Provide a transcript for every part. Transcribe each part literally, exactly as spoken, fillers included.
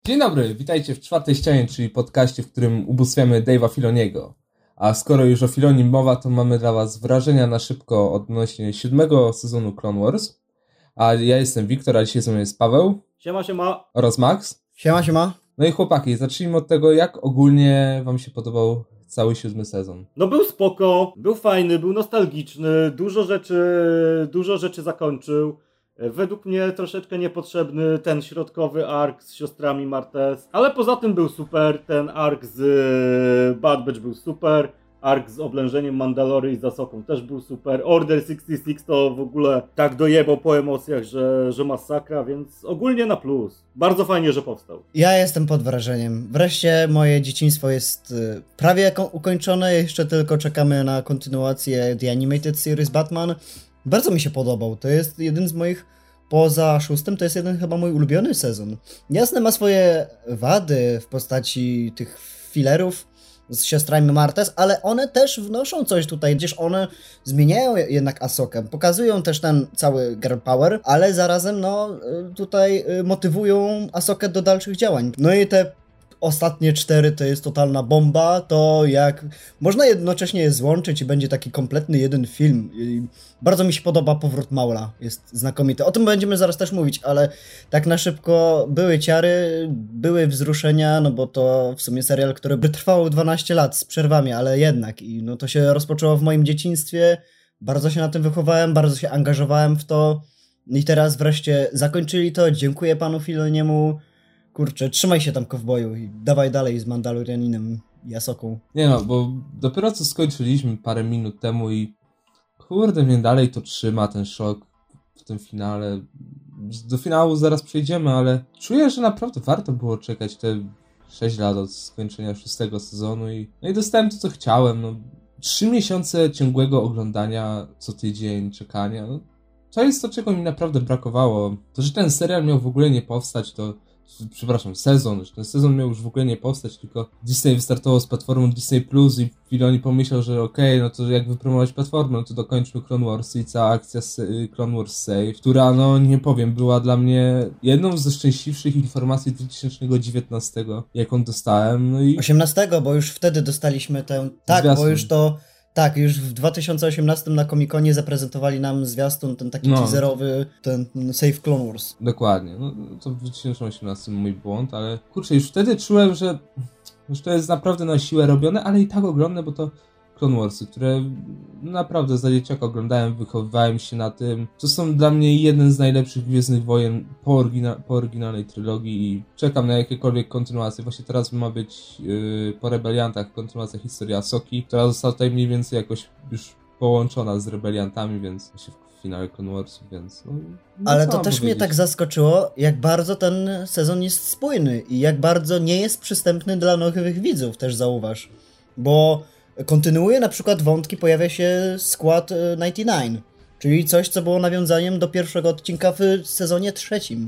Dzień dobry, witajcie w czwartej ścianie, czyli podcaście, w którym ubóstwiamy Dave'a Filoniego. A skoro już o Filonim mowa, to mamy dla was wrażenia na szybko odnośnie siódmego sezonu Clone Wars. A ja jestem Wiktor, a dzisiaj ze mną jest Paweł. Siema, siema. Oraz Max. Siema, siema. No i chłopaki, zacznijmy od tego, jak ogólnie wam się podobał cały siódmy sezon. No był spoko, był fajny, był nostalgiczny, dużo rzeczy, dużo rzeczy zakończył. Według mnie troszeczkę niepotrzebny ten środkowy ark z siostrami Martez, ale poza tym był super, ten ark z Bad Batch był super, ark z oblężeniem Mandalory i z Asoką też był super, Order sześćdziesiąt sześć to w ogóle tak dojebał po emocjach, że, że masakra, więc ogólnie na plus. Bardzo fajnie, że powstał. Ja jestem pod wrażeniem. Wreszcie moje dzieciństwo jest y, prawie ukończone, jeszcze tylko czekamy na kontynuację The Animated Series Batman. Bardzo mi się podobał, to jest jeden z moich, poza szóstym, to jest jeden chyba mój ulubiony sezon. Jasne, ma swoje wady w postaci tych fillerów z siostrami Martez, ale one też wnoszą coś tutaj, gdzież one zmieniają jednak Asokę, pokazują też ten cały girl power, ale zarazem no tutaj motywują Asokę do dalszych działań. No i te ostatnie cztery to jest totalna bomba, to jak można jednocześnie je złączyć i będzie taki kompletny jeden film. I bardzo mi się podoba powrót Maula, jest znakomity. O tym będziemy zaraz też mówić, ale tak na szybko były ciary, były wzruszenia, no bo to w sumie serial, który by trwał dwanaście lat z przerwami, ale jednak i no to się rozpoczęło w moim dzieciństwie, bardzo się na tym wychowałem, bardzo się angażowałem w to i teraz wreszcie zakończyli to, dziękuję panu Filoniemu. Kurczę, trzymaj się tam, kowboju, i dawaj dalej z Mandalorianinem i Asoką. Nie no, bo dopiero co skończyliśmy parę minut temu i kurde, mnie dalej to trzyma, ten szok w tym finale. Do finału zaraz przejdziemy, ale czuję, że naprawdę warto było czekać te sześć lat od skończenia szóstego sezonu i no i dostałem to, co chciałem. No, trzy miesiące ciągłego oglądania co tydzień, czekania. No, to jest to, czego mi naprawdę brakowało. To, że ten serial miał w ogóle nie powstać, to przepraszam, sezon, że ten sezon miał już w ogóle nie powstać, tylko Disney wystartował z platformą Disney Plus i Filoni pomyślał, że okej, okay, no to jak wypromować platformę, no to dokończmy Clone Wars i cała akcja Clone Wars Save, która, no nie powiem, była dla mnie jedną ze szczęśliwszych informacji dwa tysiące dziewiętnastego, jaką dostałem, no i... osiemnastego, bo już wtedy dostaliśmy tę... Tak, zwiastun. Bo już to... Tak, już w dwa tysiące osiemnastym na Comic-Conie zaprezentowali nam zwiastun, ten taki no. teaserowy, ten Save Clone Wars. Dokładnie, no to w dwa tysiące osiemnastym mój błąd, ale kurczę, już wtedy czułem, że, że to jest naprawdę na siłę robione, ale i tak oglądne, bo to Clone Warsy, które naprawdę za dzieciaka oglądałem, wychowywałem się na tym. To są dla mnie jeden z najlepszych Gwiezdnych Wojen po, orygina- po oryginalnej trylogii i czekam na jakiekolwiek kontynuacje. Właśnie teraz ma być yy, po Rebeliantach kontynuacja historii Asoki, która została tutaj mniej więcej jakoś już połączona z Rebeliantami, więc się w finale Clone Warsów, więc... No, no ale to też powiedzieć. Mnie tak zaskoczyło, jak bardzo ten sezon jest spójny i jak bardzo nie jest przystępny dla nowych widzów, też zauważ. Bo kontynuuje na przykład wątki, pojawia się skład dziewięćdziesiąt dziewięć, czyli coś, co było nawiązaniem do pierwszego odcinka w sezonie trzecim.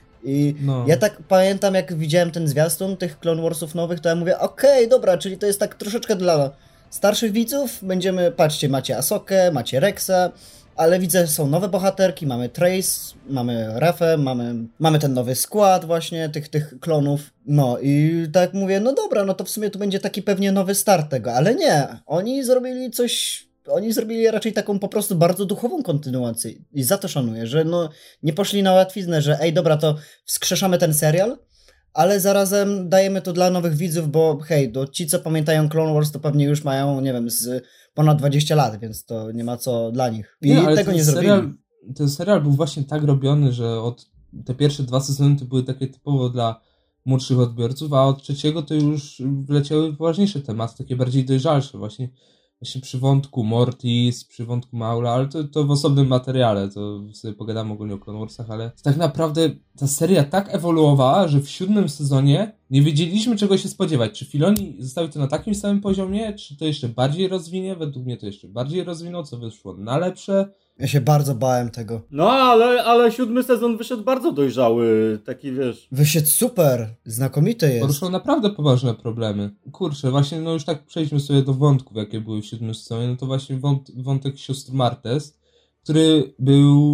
I no. Ja tak pamiętam, jak widziałem ten zwiastun tych Clone Warsów nowych, to ja mówię, okej, okay, dobra, czyli to jest tak troszeczkę dla starszych widzów, będziemy, patrzcie, macie Asokę, macie Rexa, ale widzę, są nowe bohaterki, mamy Trace, mamy Rafę, mamy, mamy ten nowy skład właśnie tych, tych klonów. No i tak mówię, no dobra, no to w sumie tu będzie taki pewnie nowy start tego, ale nie. Oni zrobili coś, oni zrobili raczej taką po prostu bardzo duchową kontynuację i za to szanuję, że no nie poszli na łatwiznę, że ej dobra, to wskrzeszamy ten serial, ale zarazem dajemy to dla nowych widzów, bo hej, do ci co pamiętają Clone Wars to pewnie już mają, nie wiem, z ponad dwadzieścia lat, więc to nie ma co dla nich. I nie, tego nie zrobili. Serial, ten serial był właśnie tak robiony, że od te pierwsze dwa sezony to były takie typowo dla młodszych odbiorców, a od trzeciego to już wleciały poważniejsze tematy, takie bardziej dojrzalsze, właśnie, właśnie przy wątku Mortis, przy wątku Maula, ale to, to w osobnym materiale, to sobie pogadamy ogólnie o Clone Warsach, ale tak naprawdę ta seria tak ewoluowała, że w siódmym sezonie nie wiedzieliśmy, czego się spodziewać. Czy Filoni zostawił to na takim samym poziomie, czy to jeszcze bardziej rozwinie? Według mnie to jeszcze bardziej rozwinął, co wyszło na lepsze. Ja się bardzo bałem tego. No, ale, ale siódmy sezon wyszedł bardzo dojrzały, taki wiesz... Wyszedł super, znakomity jest. Poruszył naprawdę poważne problemy. Kurczę, właśnie, no już tak przejdźmy sobie do wątków, jakie były w siódmym sezonie, no to właśnie wąt, wątek sióstr Martez, który był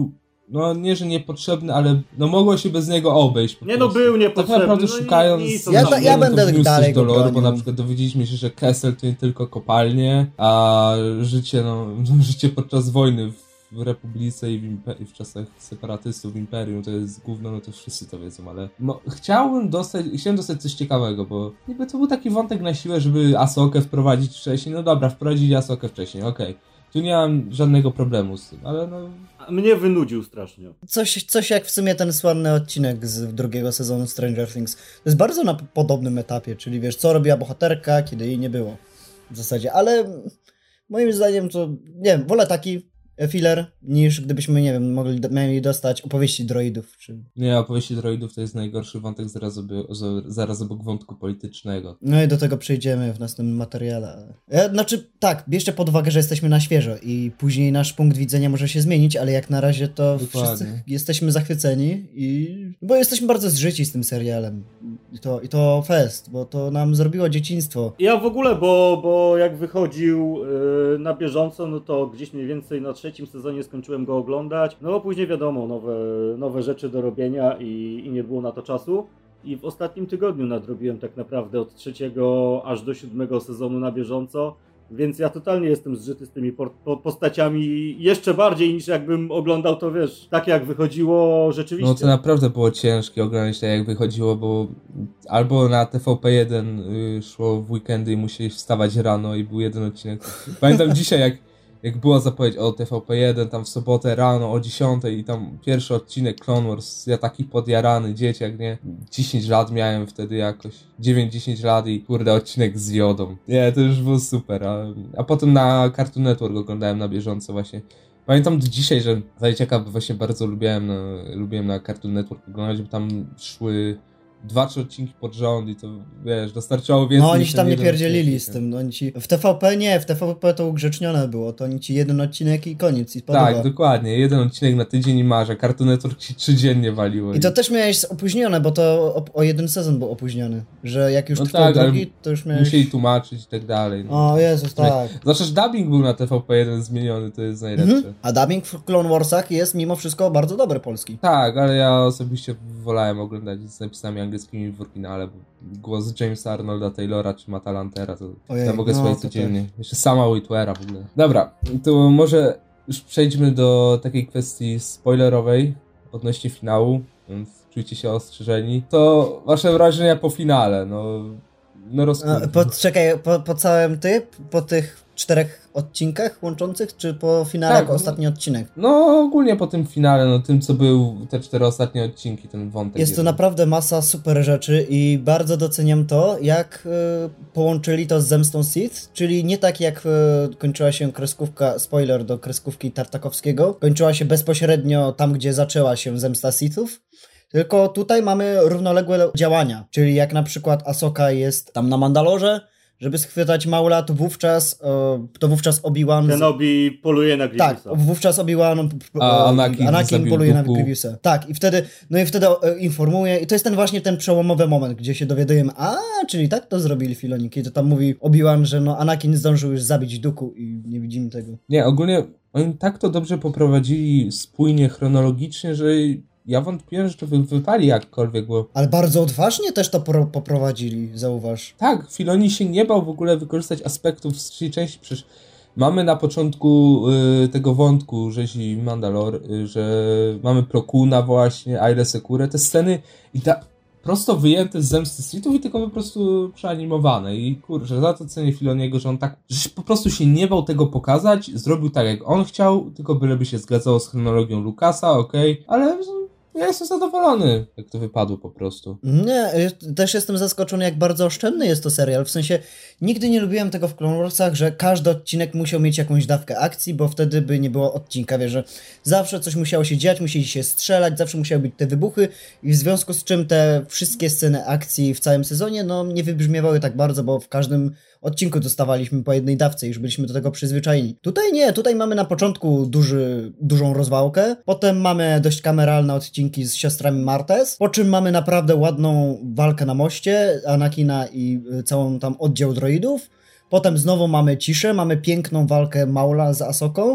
no nie, że niepotrzebny, ale no mogło się bez niego obejść. Nie no, był niepotrzebny. Tak naprawdę no szukając... nic, Ja to- ja będę dalej do go loru, bo bronił. na przykład dowiedzieliśmy się, że Kessel to nie tylko kopalnie, a życie, no, życie podczas wojny w Republice i w, impe- i w czasach separatystów w Imperium to jest gówno, no to wszyscy to wiedzą, ale no, chciałbym dostać, chciałem dostać coś ciekawego, bo niby to był taki wątek na siłę, żeby Asokę wprowadzić wcześniej, no dobra, wprowadzili Asokę wcześniej, okej. Okay. Tu nie mam żadnego problemu z tym, ale no... A mnie wynudził strasznie. Coś, coś jak w sumie ten słynny odcinek z drugiego sezonu Stranger Things. To jest bardzo na podobnym etapie, czyli wiesz, co robiła bohaterka, kiedy jej nie było. W zasadzie, ale moim zdaniem to, nie wiem, wolę taki filler, niż gdybyśmy, nie wiem, mogli, mieli dostać opowieści droidów. Czy... Nie, opowieści droidów to jest najgorszy wątek zaraz, oby, zaraz obok wątku politycznego. No i do tego przejdziemy w następnym materiale. E, znaczy, tak, bierzcie pod uwagę, że jesteśmy na świeżo i później nasz punkt widzenia może się zmienić, ale jak na razie to Dokładnie. wszyscy jesteśmy zachwyceni i... Bo jesteśmy bardzo zżyci z tym serialem. I to, i to fest, bo to nam zrobiło dzieciństwo. Ja w ogóle, bo, bo jak wychodził yy, na bieżąco, no to gdzieś mniej więcej na trzecim sezonie skończyłem go oglądać. No bo później wiadomo, nowe, nowe rzeczy do robienia i, i nie było na to czasu. I w ostatnim tygodniu nadrobiłem tak naprawdę od trzeciego aż do siódmego sezonu na bieżąco. Więc ja totalnie jestem zżyty z tymi po, po, postaciami jeszcze bardziej niż jakbym oglądał to, wiesz, tak jak wychodziło rzeczywiście. No to naprawdę było ciężkie oglądać tak jak wychodziło, bo albo na T V P jeden y, szło w weekendy i musieli wstawać rano i był jeden odcinek. Pamiętam dzisiaj jak Jak była zapowiedź o T V P jeden, tam w sobotę rano o dziesiątej i tam pierwszy odcinek Clone Wars, ja taki podjarany dzieciak, nie? dziesięć lat miałem wtedy jakoś, dziewięć dziesięć lat i kurde odcinek z Jodą. Nie, to już było super, a, a potem na Cartoon Network oglądałem na bieżąco właśnie. Pamiętam do dzisiaj, że Zajciaka właśnie bardzo lubiłem, no, lubiłem na Cartoon Network oglądać, bo tam szły dwa, trzy odcinki pod rząd i to, wiesz, dostarczało więcej. No oni niż się ten tam nie jeden pierdzielili odcinek. z tym. No, oni ci... W T V P nie, w T V P to ugrzecznione było. To oni ci jeden odcinek i koniec. I podoba. Tak, dokładnie. Jeden odcinek na tydzień i masz, a Cartoon Network ci trzy dziennie waliło. I to też miałeś opóźnione, bo to o, o jeden sezon był opóźniony. Że jak już No trwał tak, ale drugi, to już miałeś... musieli tłumaczyć i tak dalej. No. O Jezus, tak. Zawsze dubbing był na T V P jeden zmieniony, to jest najlepsze. Mhm. A dubbing w Clone Warsach jest mimo wszystko bardzo dobry polski. Tak, ale ja osobiście wolałem oglądać z napisami angielskimi w oryginale, bo głos Jamesa Arnolda Taylora czy Matta Lantera to Ojej, ja mogę no, słuchać to codziennie. Jeszcze sama Whitware'a w ogóle. Dobra, to może już przejdźmy do takiej kwestii spoilerowej odnośnie finału, więc czujcie się ostrzeżeni. To wasze wrażenia po finale, no... No rozkład. Po, czekaj, po, po całym ty, po tych czterech odcinkach łączących, czy po finale Tak, jako no. ostatni odcinek? No ogólnie po tym finale, no tym co był te cztery ostatnie odcinki, ten wątek. Jest to jeden. naprawdę masa super rzeczy i bardzo doceniam to, jak y, połączyli to z Zemstą Sith, czyli nie tak jak y, kończyła się kreskówka, spoiler do kreskówki Tartakowskiego, kończyła się bezpośrednio tam, gdzie zaczęła się Zemsta Sithów. Tylko tutaj mamy równoległe działania, czyli jak na przykład Asoka jest tam na Mandalorze, żeby schwytać Maula, to wówczas, e, to wówczas Obi-Wan... Kenobi poluje na Grievousa. Tak, wówczas Obi-Wan... A Anakin Anakin zabił poluje na Dooku. Grievousa. Tak, i wtedy, no i wtedy e, informuje, i to jest ten właśnie ten przełomowy moment, gdzie się dowiadujemy, a, czyli tak to zrobili Filoniki, to tam mówi Obi-Wan, że no Anakin zdążył już zabić Dooku i nie widzimy tego. Nie, ogólnie oni tak to dobrze poprowadzili spójnie, chronologicznie, że ja wątpiłem, że to wy- wypali jakkolwiek, bo Ale bardzo odważnie też to pro- poprowadzili, zauważ. tak, Filoni się nie bał w ogóle wykorzystać aspektów z trzeciej części, przecież mamy na początku y, tego wątku rzezi Mandalor, y, że mamy Plo Koona właśnie, Aile Secure, te sceny i ta prosto wyjęte z Zemsty Sithów i tylko po prostu przeanimowane i kurczę, za to cenię Filoniego, że on tak, że po prostu się nie bał tego pokazać, zrobił tak jak on chciał, tylko byleby się zgadzało z chronologią Lucasa, okej, okay, ale ja jestem zadowolony, jak to wypadło po prostu. Nie, też jestem zaskoczony, jak bardzo oszczędny jest to serial. W sensie, nigdy nie lubiłem tego w Clone Warsach, że każdy odcinek musiał mieć jakąś dawkę akcji, bo wtedy by nie było odcinka, wiesz, że zawsze coś musiało się dziać, musieli się strzelać, zawsze musiały być te wybuchy i w związku z czym te wszystkie sceny akcji w całym sezonie, no, nie wybrzmiewały tak bardzo, bo w każdym odcinku dostawaliśmy po jednej dawce i już byliśmy do tego przyzwyczajeni. Tutaj nie, tutaj mamy na początku duży, dużą rozwałkę, potem mamy dość kameralne odcinki z siostrami Martez, po czym mamy naprawdę ładną walkę na moście, Anakina i y, całą tam oddział droidów, potem znowu mamy ciszę, mamy piękną walkę Maula z Asoką,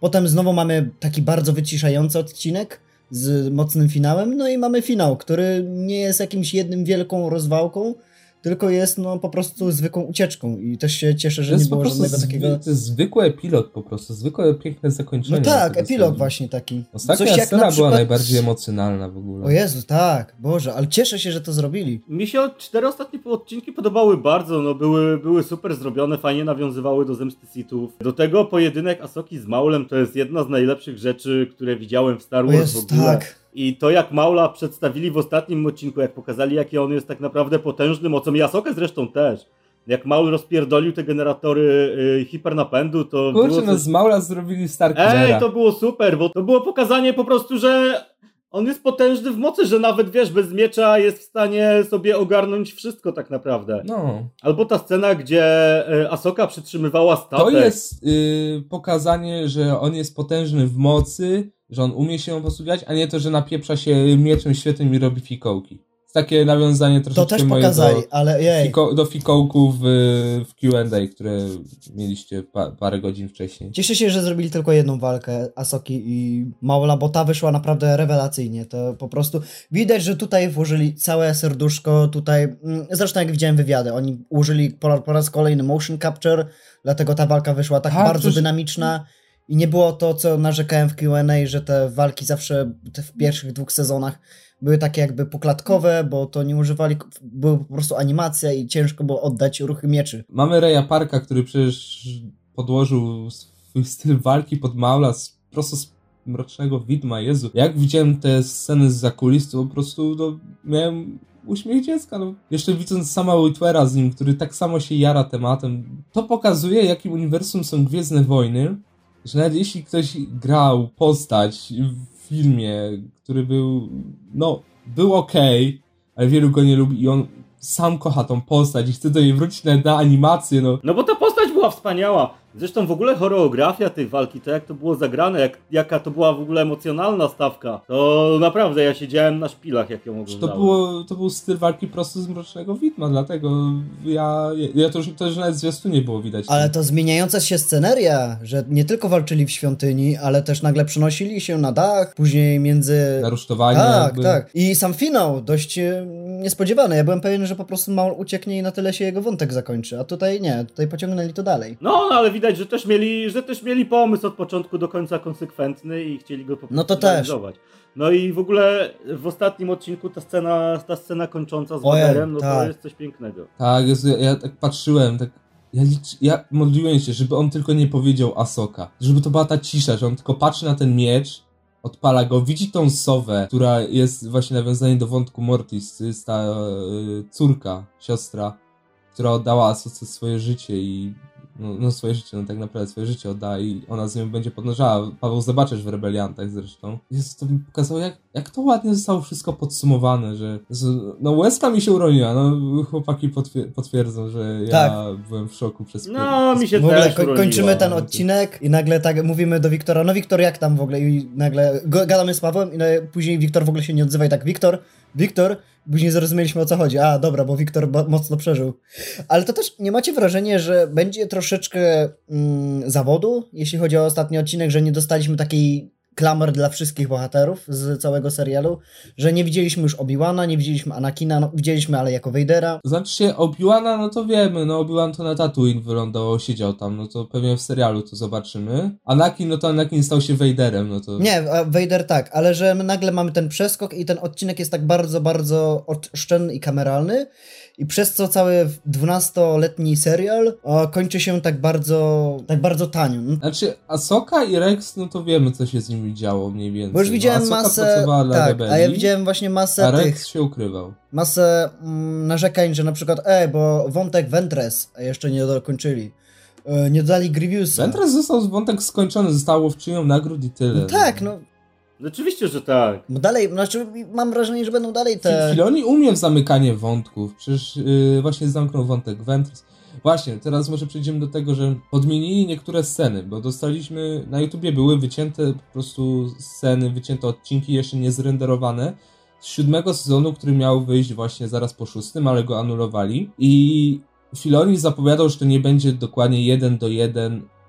Potem znowu mamy taki bardzo wyciszający odcinek z mocnym finałem, no i mamy finał, który nie jest jakimś jednym wielką rozwałką, tylko jest no po prostu zwykłą ucieczką i też się cieszę, że to nie było żadnego zwy- takiego... To jest zwykły epilog po prostu, zwykłe piękne zakończenie. No tak, epilog serii. właśnie taki. Ostatnia Coś jak scena na przykład... była najbardziej emocjonalna w ogóle. O Jezu, tak, Boże, ale cieszę się, że to zrobili. Mi się cztery ostatnie odcinki podobały bardzo, no były, były super zrobione, fajnie nawiązywały do Zemsty Sithów. Do tego pojedynek Asoki z Maulem to jest jedna z najlepszych rzeczy, które widziałem w Star O Wars Jezu, w ogóle. tak. I to jak Maula przedstawili w ostatnim odcinku, jak pokazali jaki on jest tak naprawdę potężny mocą, i Asokę zresztą też. Jak Maul rozpierdolił te generatory y, hipernapędu, to Kurczę, było no coś... z Maula zrobili Starkillera. Ej, to było super, bo to było pokazanie po prostu, że on jest potężny w mocy, że nawet, wiesz, bez miecza jest w stanie sobie ogarnąć wszystko tak naprawdę. No. Albo ta scena, gdzie y, Asoka przytrzymywała statek. To jest y, pokazanie, że on jest potężny w mocy, że on umie się posługiwać, a nie to, że napieprza się mieczem świetnym i robi fikołki. Takie nawiązanie troszeczkę To też moje pokazali, do, ale jej. fiko, do fikołków w, w Q and A, które mieliście pa, parę godzin wcześniej. Cieszę się, że zrobili tylko jedną walkę Asoki i Maula, bo ta wyszła naprawdę rewelacyjnie. To po prostu widać, że tutaj włożyli całe serduszko, tutaj, mm, zresztą jak widziałem wywiady, oni użyli po, po raz kolejny motion capture, dlatego ta walka wyszła tak, Tak, bardzo przecież... dynamiczna i nie było to, co narzekałem w Q and A, że te walki zawsze te w pierwszych dwóch sezonach były takie jakby poklatkowe, bo to nie używali, były po prostu animacja i ciężko było oddać ruchy mieczy. Mamy Raya Parka, który przecież podłożył swój styl walki pod Maula z, prosto z Mrocznego Widma. Jezu, jak widziałem te sceny z zakulis, to po prostu no, miałem uśmiech dziecka. No. Jeszcze widząc sama Whitwera z nim, który tak samo się jara tematem, to pokazuje, jakim uniwersum są Gwiezdne Wojny, że nawet jeśli ktoś grał postać w filmie, który był, no, był okej, okay, ale wielu go nie lubi i on sam kocha tą postać i chce do niej wrócić na, na animację, no. No bo ta postać była wspaniała. Zresztą w ogóle choreografia tej walki, to jak to było zagrane, jak, jaka to była w ogóle emocjonalna stawka, to naprawdę ja siedziałem na szpilach, jak ją oglądałem. To, było, to był styl walki prosto z Mrocznego Widma, dlatego ja, ja to, już, to już nawet w zwiastunie było widać. Ale to zmieniająca się sceneria, że nie tylko walczyli w świątyni, ale też nagle przenosili się na dach, później między... Na rusztowanie. Tak, jakby. tak. I sam finał dość e, niespodziewany. Ja byłem pewien, że po prostu Maul ucieknie i na tyle się jego wątek zakończy, a tutaj nie, tutaj pociągnęli to dalej. No, ale widać, że też mieli, że też mieli pomysł od początku do końca konsekwentny i chcieli go po prostu No to realizować. No i w ogóle w ostatnim odcinku ta scena, ta scena kończąca z Waderem, no tak. to jest coś pięknego. Tak, Jezu, ja, ja tak patrzyłem, tak ja, licz, ja modliłem się, żeby on tylko nie powiedział Asoka, żeby to była ta cisza, że on tylko patrzy na ten miecz, odpala go, widzi tą sowę, która jest właśnie nawiązaniem do wątku Mortis, to jest ta y, córka, siostra, która oddała Asoce swoje życie i No, no swoje życie, no tak naprawdę swoje życie odda i ona z nią będzie podążała. Paweł zobaczysz w Rebeliantach zresztą. Jezu, to mi pokazało, jak, jak to ładnie zostało wszystko podsumowane, że Jezu, no łezka mi się uroniła, no chłopaki potwier- potwierdzą, że ja tak. byłem w szoku przez... No, przez... mi się W ogóle też ko- uroniła. kończymy ten odcinek i nagle tak mówimy do Wiktora, no Wiktor, jak tam w ogóle? I nagle go- gadamy z Pawłem i nagle później Wiktor w ogóle się nie odzywa i tak, Wiktor, Wiktor, później zrozumieliśmy, o co chodzi. A, dobra, bo Wiktor ba- mocno przeżył. Ale to też nie macie wrażenia, że będzie troszeczkę mm, zawodu, jeśli chodzi o ostatni odcinek, że nie dostaliśmy takiej klamer dla wszystkich bohaterów z całego serialu, że nie widzieliśmy już Obi-Wana, nie widzieliśmy Anakina, no, widzieliśmy ale jako Vadera. Znaczy się Obi-Wana, no to wiemy, no Obi-Wan to na Tatooine wylądował, siedział tam, no to pewnie w serialu to zobaczymy. Anakin, no to Anakin stał się Vaderem, no to... Nie, Vader tak, ale że my nagle mamy ten przeskok i ten odcinek jest tak bardzo, bardzo oszczędny i kameralny i przez co cały dwunastoletni serial o, kończy się tak bardzo, tak bardzo tanio. Znaczy Asoka i Rex, no to wiemy, co się z nimi działo mniej więcej. Bo już widziałem no, Asoka masę, pracowała dla tak, rebelii, a ja widziałem właśnie masę a Rex tych, się ukrywał. masę mm, narzekań, że na przykład, ej, bo wątek Ventress jeszcze nie dokończyli. E, nie dodali Grievousa. Ventress został wątek skończony, zostało łowczynią nagród i tyle. No tak, no. Oczywiście, że tak. Bo dalej, znaczy mam wrażenie, że będą dalej te... Filoni umie w zamykanie wątków. Przecież yy, właśnie zamknął wątek Ventress. Właśnie, teraz może przejdziemy do tego, że podmienili niektóre sceny, bo dostaliśmy, na YouTubie były wycięte po prostu sceny, wycięte odcinki jeszcze nie zrenderowane z siódmego sezonu, który miał wyjść właśnie zaraz po szóstym, ale go anulowali. I Filoni zapowiadał, że to nie będzie dokładnie jeden do jeden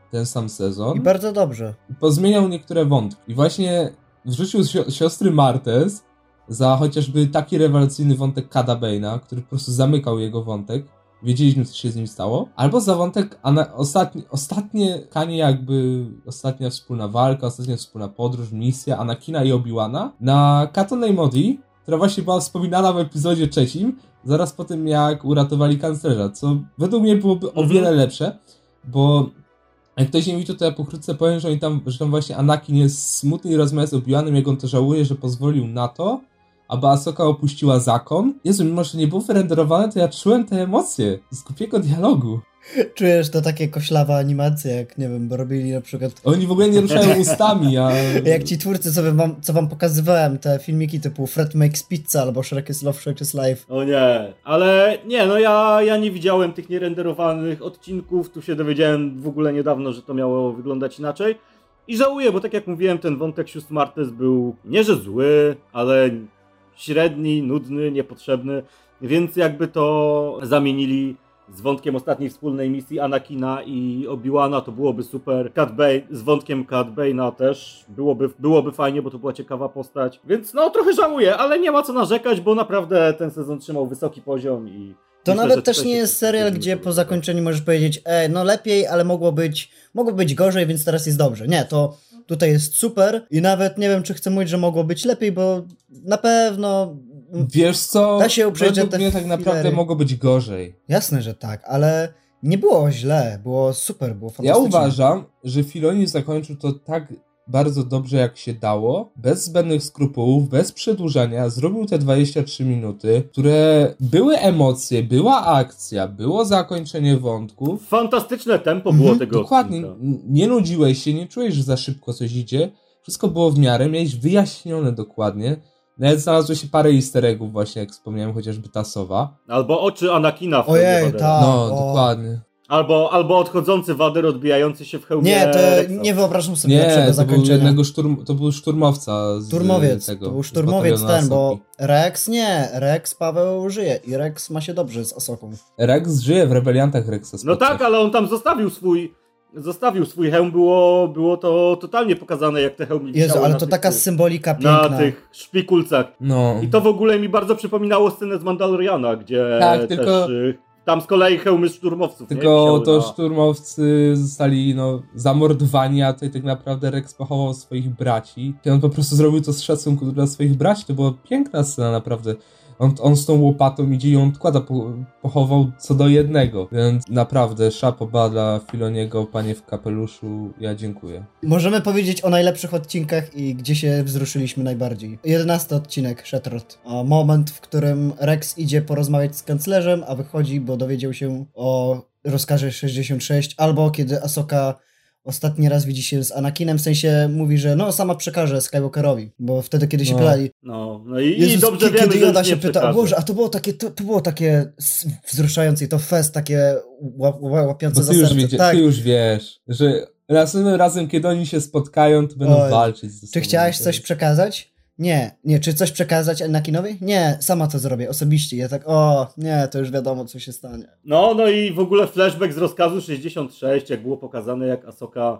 ten sam sezon. I bardzo dobrze. Pozmieniał niektóre wątki. I właśnie wrzucił si- siostry Martez za chociażby taki rewelacyjny wątek Cada Bane'a, który po prostu zamykał jego wątek. Wiedzieliśmy, co się z nim stało. Albo za wątek ana- ostatni, ostatnie Kanie jakby ostatnia wspólna walka, ostatnia wspólna podróż, misja Anakina i Obi-Wana na Katon Modi, która właśnie była wspominana w epizodzie trzecim, zaraz po tym jak uratowali kanclerza, co według mnie byłoby o wiele lepsze, bo jak ktoś nie widział, to ja pokrótce powiem, że, oni tam, że tam właśnie Anakin jest smutny i rozmawia z Obi-Wanem, jak on to żałuje, że pozwolił na to, aby Asoka opuściła zakon. Jezu, mimo że nie było wyrenderowane, to ja czułem te emocje z głupiego dialogu. Czujesz to takie koślawe animacje, jak nie wiem, bo robili na przykład... Oni w ogóle nie ruszają ustami, a... Jak ci twórcy, co wam, co wam pokazywałem, te filmiki typu Fred Makes Pizza albo Shrek is Love, Shrek is Life. O nie, ale nie, no ja, ja nie widziałem tych nierenderowanych odcinków, tu się dowiedziałem w ogóle niedawno, że to miało wyglądać inaczej. I żałuję, bo tak jak mówiłem, ten wątek sióstr Martez był nie że zły, ale średni, nudny, niepotrzebny, więc jakby to zamienili z wątkiem ostatniej wspólnej misji Anakina i Obi-Wana, to byłoby super. Cad Bane, z wątkiem Cad Bane'a też byłoby, byłoby fajnie, bo to była ciekawa postać. Więc no trochę żałuję, ale nie ma co narzekać, bo naprawdę ten sezon trzymał wysoki poziom i... To myślę, nawet też tutaj nie się jest serial, wszyscy gdzie po zgodzimy. zakończeniu możesz powiedzieć, ej, no lepiej, ale mogło być, mogło być gorzej, więc teraz jest dobrze. Nie, to tutaj jest super i nawet nie wiem, czy chcę mówić, że mogło być lepiej, bo na pewno... Wiesz co? Da się uprzeć, że Według te mnie tak naprawdę filery- mogło być gorzej. Jasne, że tak, ale nie było źle, było super, było Ja fantastycznie. uważam, że Filoni zakończył to tak bardzo dobrze jak się dało, bez zbędnych skrupułów, bez przedłużania, zrobił te dwadzieścia trzy minuty, które były emocje, była akcja, było zakończenie wątków. Fantastyczne tempo było Mhm, tego Dokładnie, odcinka. n- nie nudziłeś się, nie czułeś, że za szybko coś idzie, wszystko było w miarę, miałeś wyjaśnione dokładnie. Nawet znalazło się parę easter eggów właśnie, jak wspomniałem, chociażby ta sowa. Albo oczy Anakina w Ojej, hełmie Vadera. tak. No, o. dokładnie. Albo, albo odchodzący Wader odbijający się w hełmie Nie, to Rexa. nie wyobrażam sobie Nie, lepszego to był zakończenia. jednego szturm, to był szturmowca z Szturmowiec, tego. to był z szturmowiec batalionu ten, bo Asoki. Rex nie, Rex Paweł żyje i Rex ma się dobrze z Asoką. Rex żyje w rebeliantach Rexa. No spotkać. tak, ale on tam zostawił swój zostawił swój hełm, było, było to totalnie pokazane, jak te hełmy Jezu, wisiały ale na to tych, taka tych, symbolika na piękna. tych szpikulcach. No. I to w ogóle mi bardzo przypominało scenę z Mandaloriana, gdzie Tak, też tylko- y, tam z kolei hełmy szturmowców, nie? Tylko Wisiały to na... szturmowcy zostali no, zamordowani, a tutaj tak naprawdę Rex pochował swoich braci. I on po prostu zrobił to z szacunku dla swoich braci. To była piękna scena, naprawdę. On, on z tą łopatą idzie i ją odkłada, po, pochował co do jednego. Więc naprawdę szapoba dla Filoniego, panie w kapeluszu, ja dziękuję. Możemy powiedzieć o najlepszych odcinkach i gdzie się wzruszyliśmy najbardziej. Jedenasty odcinek, Shattered. A moment, w którym Rex idzie porozmawiać z kanclerzem, a wychodzi, bo dowiedział się o rozkazie sześćdziesiąt sześć, albo kiedy Asoka ostatni raz widzi się z Anakinem, w sensie mówi, że no sama przekaże Skywalkerowi, bo wtedy, kiedy się No. pytali, No, no i, i Jezus, dobrze ki- wiemy, kiedy że Yoda już się nie pyta, o przekaże. Boże, a to było takie, to, to było takie s- wzruszające i to fest takie łap, łap, łapiące Bo za ty już, serce. wiedzie, Tak. ty już wiesz, że następnym razem, kiedy oni się spotkają, to będą Oj. walczyć ze sobą. Czy chciałeś coś przekazać? Nie. Nie. Czy coś przekazać Anakinowi? Nie. Sama to zrobię, osobiście. Ja tak, o, nie, to już wiadomo, co się stanie. No, no i w ogóle flashback z rozkazu sześćdziesiąt sześć, jak było pokazane, jak Asoka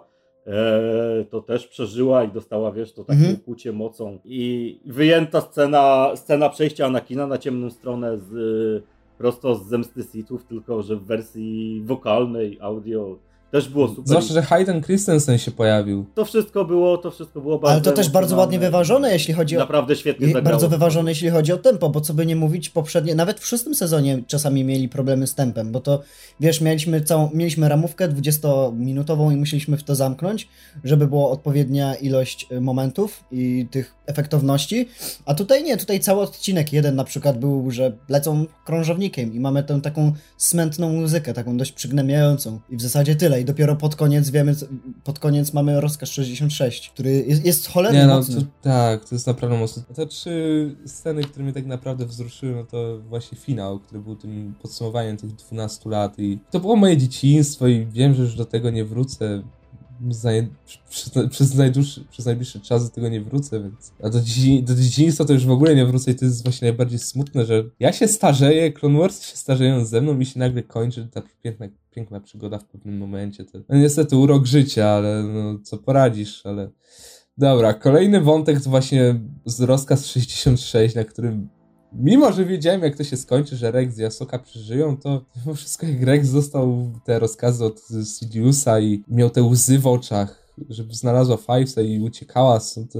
e, to też przeżyła i dostała, wiesz, to takie Mhm. ukłucie mocą. I wyjęta scena, scena przejścia Anakina na ciemną stronę z, prosto z Zemsty Sithów, tylko że w wersji wokalnej, audio też było super. Zwłaszcza, że Hayden Christensen się pojawił. To wszystko było, to wszystko było bardzo Ale to też bardzo emocjonalne. ładnie wyważone, jeśli chodzi o... Naprawdę świetnie I zagrało. bardzo wyważone, jeśli chodzi o tempo, bo co by nie mówić, poprzednie, nawet w szóstym sezonie czasami mieli problemy z tempem, bo to, wiesz, mieliśmy całą, mieliśmy ramówkę dwudziestominutową i musieliśmy w to zamknąć, żeby była odpowiednia ilość y, momentów i tych efektowności, a tutaj nie, tutaj cały odcinek jeden na przykład był, że lecą krążownikiem i mamy tę taką smętną muzykę, taką dość przygnębiającą i w zasadzie tyle i dopiero pod koniec wiemy, pod koniec mamy rozkaz sześćdziesiąt sześć, który jest, jest cholernie Nie no, mocny. to, tak, to jest naprawdę mocne. Te trzy sceny, które mnie tak naprawdę wzruszyły, no to właśnie finał, który był tym podsumowaniem tych dwunastu lat i to było moje dzieciństwo i wiem, że już do tego nie wrócę. Zaj... Przez, przez, najdłuższy, przez najbliższy czas do tego nie wrócę, więc... A do, dziedzin... do dzieciństwa to już w ogóle nie wrócę i to jest właśnie najbardziej smutne, że ja się starzeję, Clone Wars się starzeją ze mną i się nagle kończy ta piękna, piękna przygoda w pewnym momencie. To... No niestety urok życia, ale no co poradzisz, ale... Dobra, kolejny wątek to właśnie z rozkaz sześćdziesiąt sześć, na którym mimo, że wiedziałem, jak to się skończy, że Rex i Ahsoka przeżyją, to mimo wszystko jak Rex dostał te rozkazy od Sidiousa i miał te łzy w oczach, żeby znalazła Fivesa i uciekała, to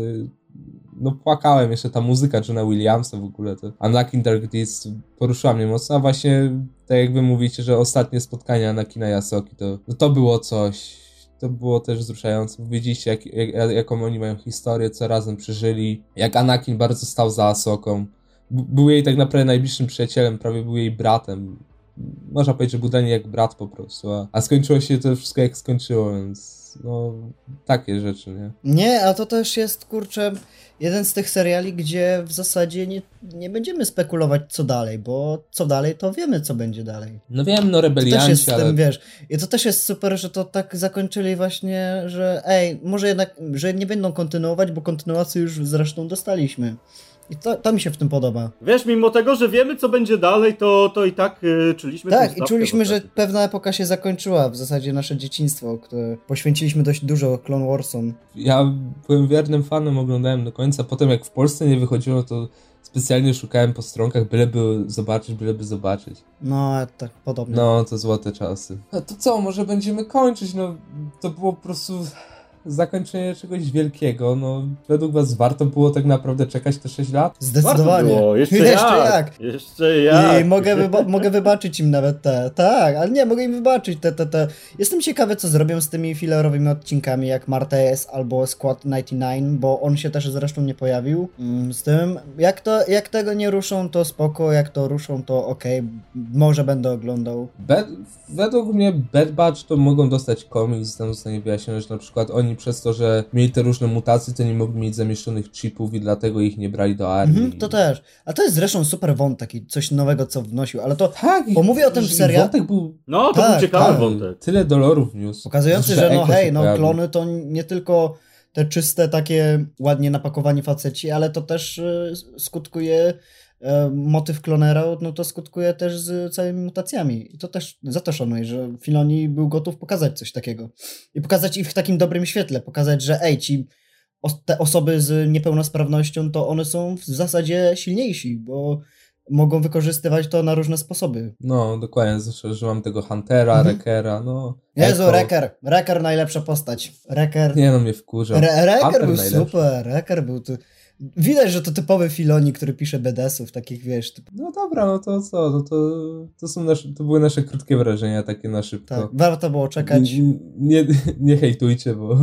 no płakałem. Jeszcze ta muzyka Johna Williamsa w ogóle, to Anakin Dark Deeds poruszyła mnie mocno, a właśnie tak jak wy mówicie, że ostatnie spotkanie Anakina i Ahsoki, to, no to było coś. To było też wzruszające, bo wiedzieliście, jak, jak, jaką oni mają historię, co razem przeżyli, jak Anakin bardzo stał za Ahsoką. Był jej tak naprawdę najbliższym przyjacielem, prawie był jej bratem. Można powiedzieć, że był dla niej jak brat po prostu, a, a skończyło się to wszystko jak skończyło, więc no takie rzeczy, nie? Nie, a to też jest, kurczę, jeden z tych seriali, gdzie w zasadzie nie, nie będziemy spekulować co dalej, bo co dalej, to wiemy, co będzie dalej. No wiem, no rebelianci, to też jest ale... tym, wiesz, i to też jest super, że to tak zakończyli właśnie, że ej, może jednak, że nie będą kontynuować, bo kontynuację już zresztą dostaliśmy. I to, to mi się w tym podoba. Wiesz, mimo tego, że wiemy, co będzie dalej, to, to i tak y, czuliśmy tę Tak, i stawkę czuliśmy, w że zasadzie. pewna epoka się zakończyła, w zasadzie nasze dzieciństwo, które poświęciliśmy dość dużo Clone Warsom. Ja byłem wiernym fanem, oglądałem do końca, potem jak w Polsce nie wychodziło, to specjalnie szukałem po stronkach, byleby zobaczyć, byleby zobaczyć. No, tak podobnie. No, to złote czasy. No to co, może będziemy kończyć, no to było po prostu... zakończenie czegoś wielkiego, no według was warto było tak naprawdę czekać te sześć lat? Zdecydowanie. Warto było. Jeszcze, Jeszcze jak. jak. Jeszcze jak. I mogę, wyba- mogę wybaczyć im nawet te, tak, ale nie, mogę im wybaczyć te, te, te. Jestem ciekawy, co zrobią z tymi fillerowymi odcinkami, jak Martes albo Squad dziewięćdziesiąt dziewięć, bo on się też zresztą nie pojawił mm, z tym. Jak to, jak tego nie ruszą, to spoko, jak to ruszą, to okej, okay. Może będę oglądał. Bad, według mnie Bad Batch to mogą dostać komiks, tam zostanie wyjaśnione, że na przykład oni przez to, że mieli te różne mutacje, to nie mogli mieć zamieszczonych chipów i dlatego ich nie brali do armii. Mhm, to też. A to jest zresztą super wątek i coś nowego, co wnosił, ale to, tak, bo mówię o tym w serialu. Wątek był... No, to tak, był ciekawy tak, wątek. Tyle dolorów wniósł. Pokazujący, że no Echo hej, się no pojawił. klony to nie tylko te czyste takie ładnie napakowani faceci, ale to też y, skutkuje y, motyw klonera, no to skutkuje też z całymi mutacjami. I to też, za to szanuję, że Filoni był gotów pokazać coś takiego. I pokazać ich w takim dobrym świetle, pokazać, że ej, ci os- te osoby z niepełnosprawnością, to one są w zasadzie silniejsi, bo mogą wykorzystywać to na różne sposoby. No, dokładnie, zresztą, że mam tego Huntera, Mhm. Wreckera, no... Jezu, Echo. Wrecker, Wrecker najlepsza postać. Wrecker... Nie no, mnie wkurza. Re- Wrecker Hunter był najlepszy. super, Wrecker był tu... Widać, że to typowy Filoni, który pisze B D S-ów, takich wiesz... Typ... No dobra, no to co, no to, to są nasze, to były nasze krótkie wrażenia, takie na szybko. Tak, warto było czekać. Nie, nie, nie hejtujcie, bo,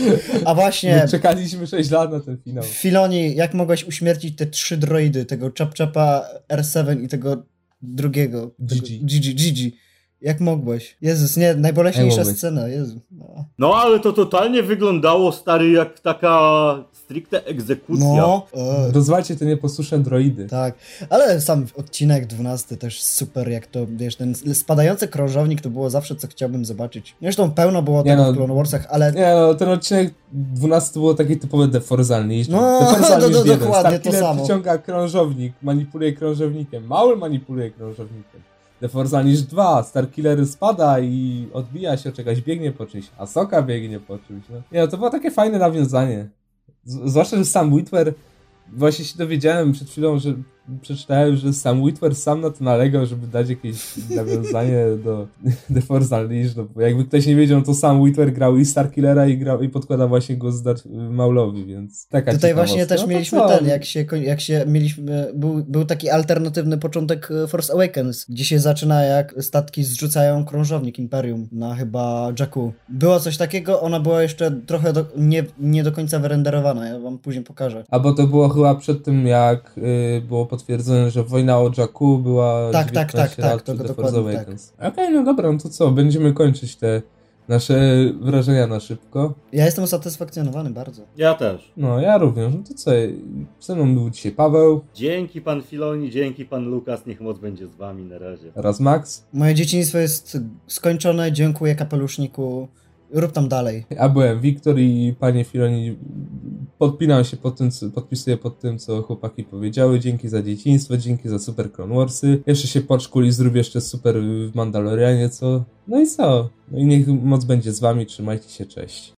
A właśnie, bo czekaliśmy sześć lat na ten finał. Filoni, jak mogłeś uśmiercić te trzy droidy, tego Chap-Chapa R siedem i tego drugiego? Tego Gigi. Gigi, Gigi. Jak mogłeś? Jezus, nie, najboleśniejsza Jak mogłeś? scena, Jezu. No, No, ale to totalnie wyglądało, stary, jak taka stricte egzekucja. no e, Rozwalcie te nieposłuszne droidy. tak. Ale sam odcinek dwunasty też super, jak to, wiesz, ten spadający krążownik to było zawsze, co chciałbym zobaczyć. Zresztą pełno było Nie tego no. w Clone Warsach, ale... Nie no, ten odcinek dwunasty było taki typowy The Force Unleashed. No, The Force do- Unleashed do- jeden. dokładnie to Starkiller samo. przyciąga krążownik, manipuluje krążownikiem. Maul manipuluje krążownikiem. The Force Unleashed dwa. Starkiller spada i odbija się, czegoś biegnie po czymś. Ahsoka biegnie po czymś. No. Nie no, to było takie fajne nawiązanie. Z- zwłaszcza, że Sam Witwer, właśnie się dowiedziałem przed chwilą, że przeczytałem, że Sam Witwer sam na to nalegał, żeby dać jakieś nawiązanie do The Force Unleashed, no, bo jakby ktoś nie wiedział, to Sam Witwer grał i Starkillera i grał i podkłada właśnie głos Darth Maulowi, więc taka Tutaj ciekawostka. właśnie też No to mieliśmy co? ten, jak się, koń- jak się mieliśmy, był, był taki alternatywny początek e, Force Awakens, gdzie się zaczyna jak statki zrzucają krążownik Imperium na chyba Jakku. Było coś takiego, ona była jeszcze trochę do, nie, nie do końca wyrenderowana, ja wam później pokażę. A bo to było chyba przed tym, jak y, było potwierdzone, że wojna o Jakku była Tak, tak, dziewiętnaście tak, tak, lat to przed The dokładnie Force Awakens. Okej, no dobra, no to co, będziemy kończyć te nasze wrażenia na szybko. Ja jestem usatysfakcjonowany bardzo. Ja też. No, ja również. No to co, ze mną był dzisiaj Paweł Dzięki pan Filoni, dzięki pan Lukas, niech moc będzie z wami na razie. oraz Max. Moje dzieciństwo jest skończone, dziękuję kapeluszniku rób tam dalej. Ja byłem Wiktor i panie Filoni, podpinam się pod tym, co, podpisuję pod tym, co chłopaki powiedziały. Dzięki za dzieciństwo, dzięki za super Clone Warsy. Jeszcze się poczkuli i zrób jeszcze super w Mandalorianie, co? No i co? No i niech moc będzie z wami, trzymajcie się, cześć.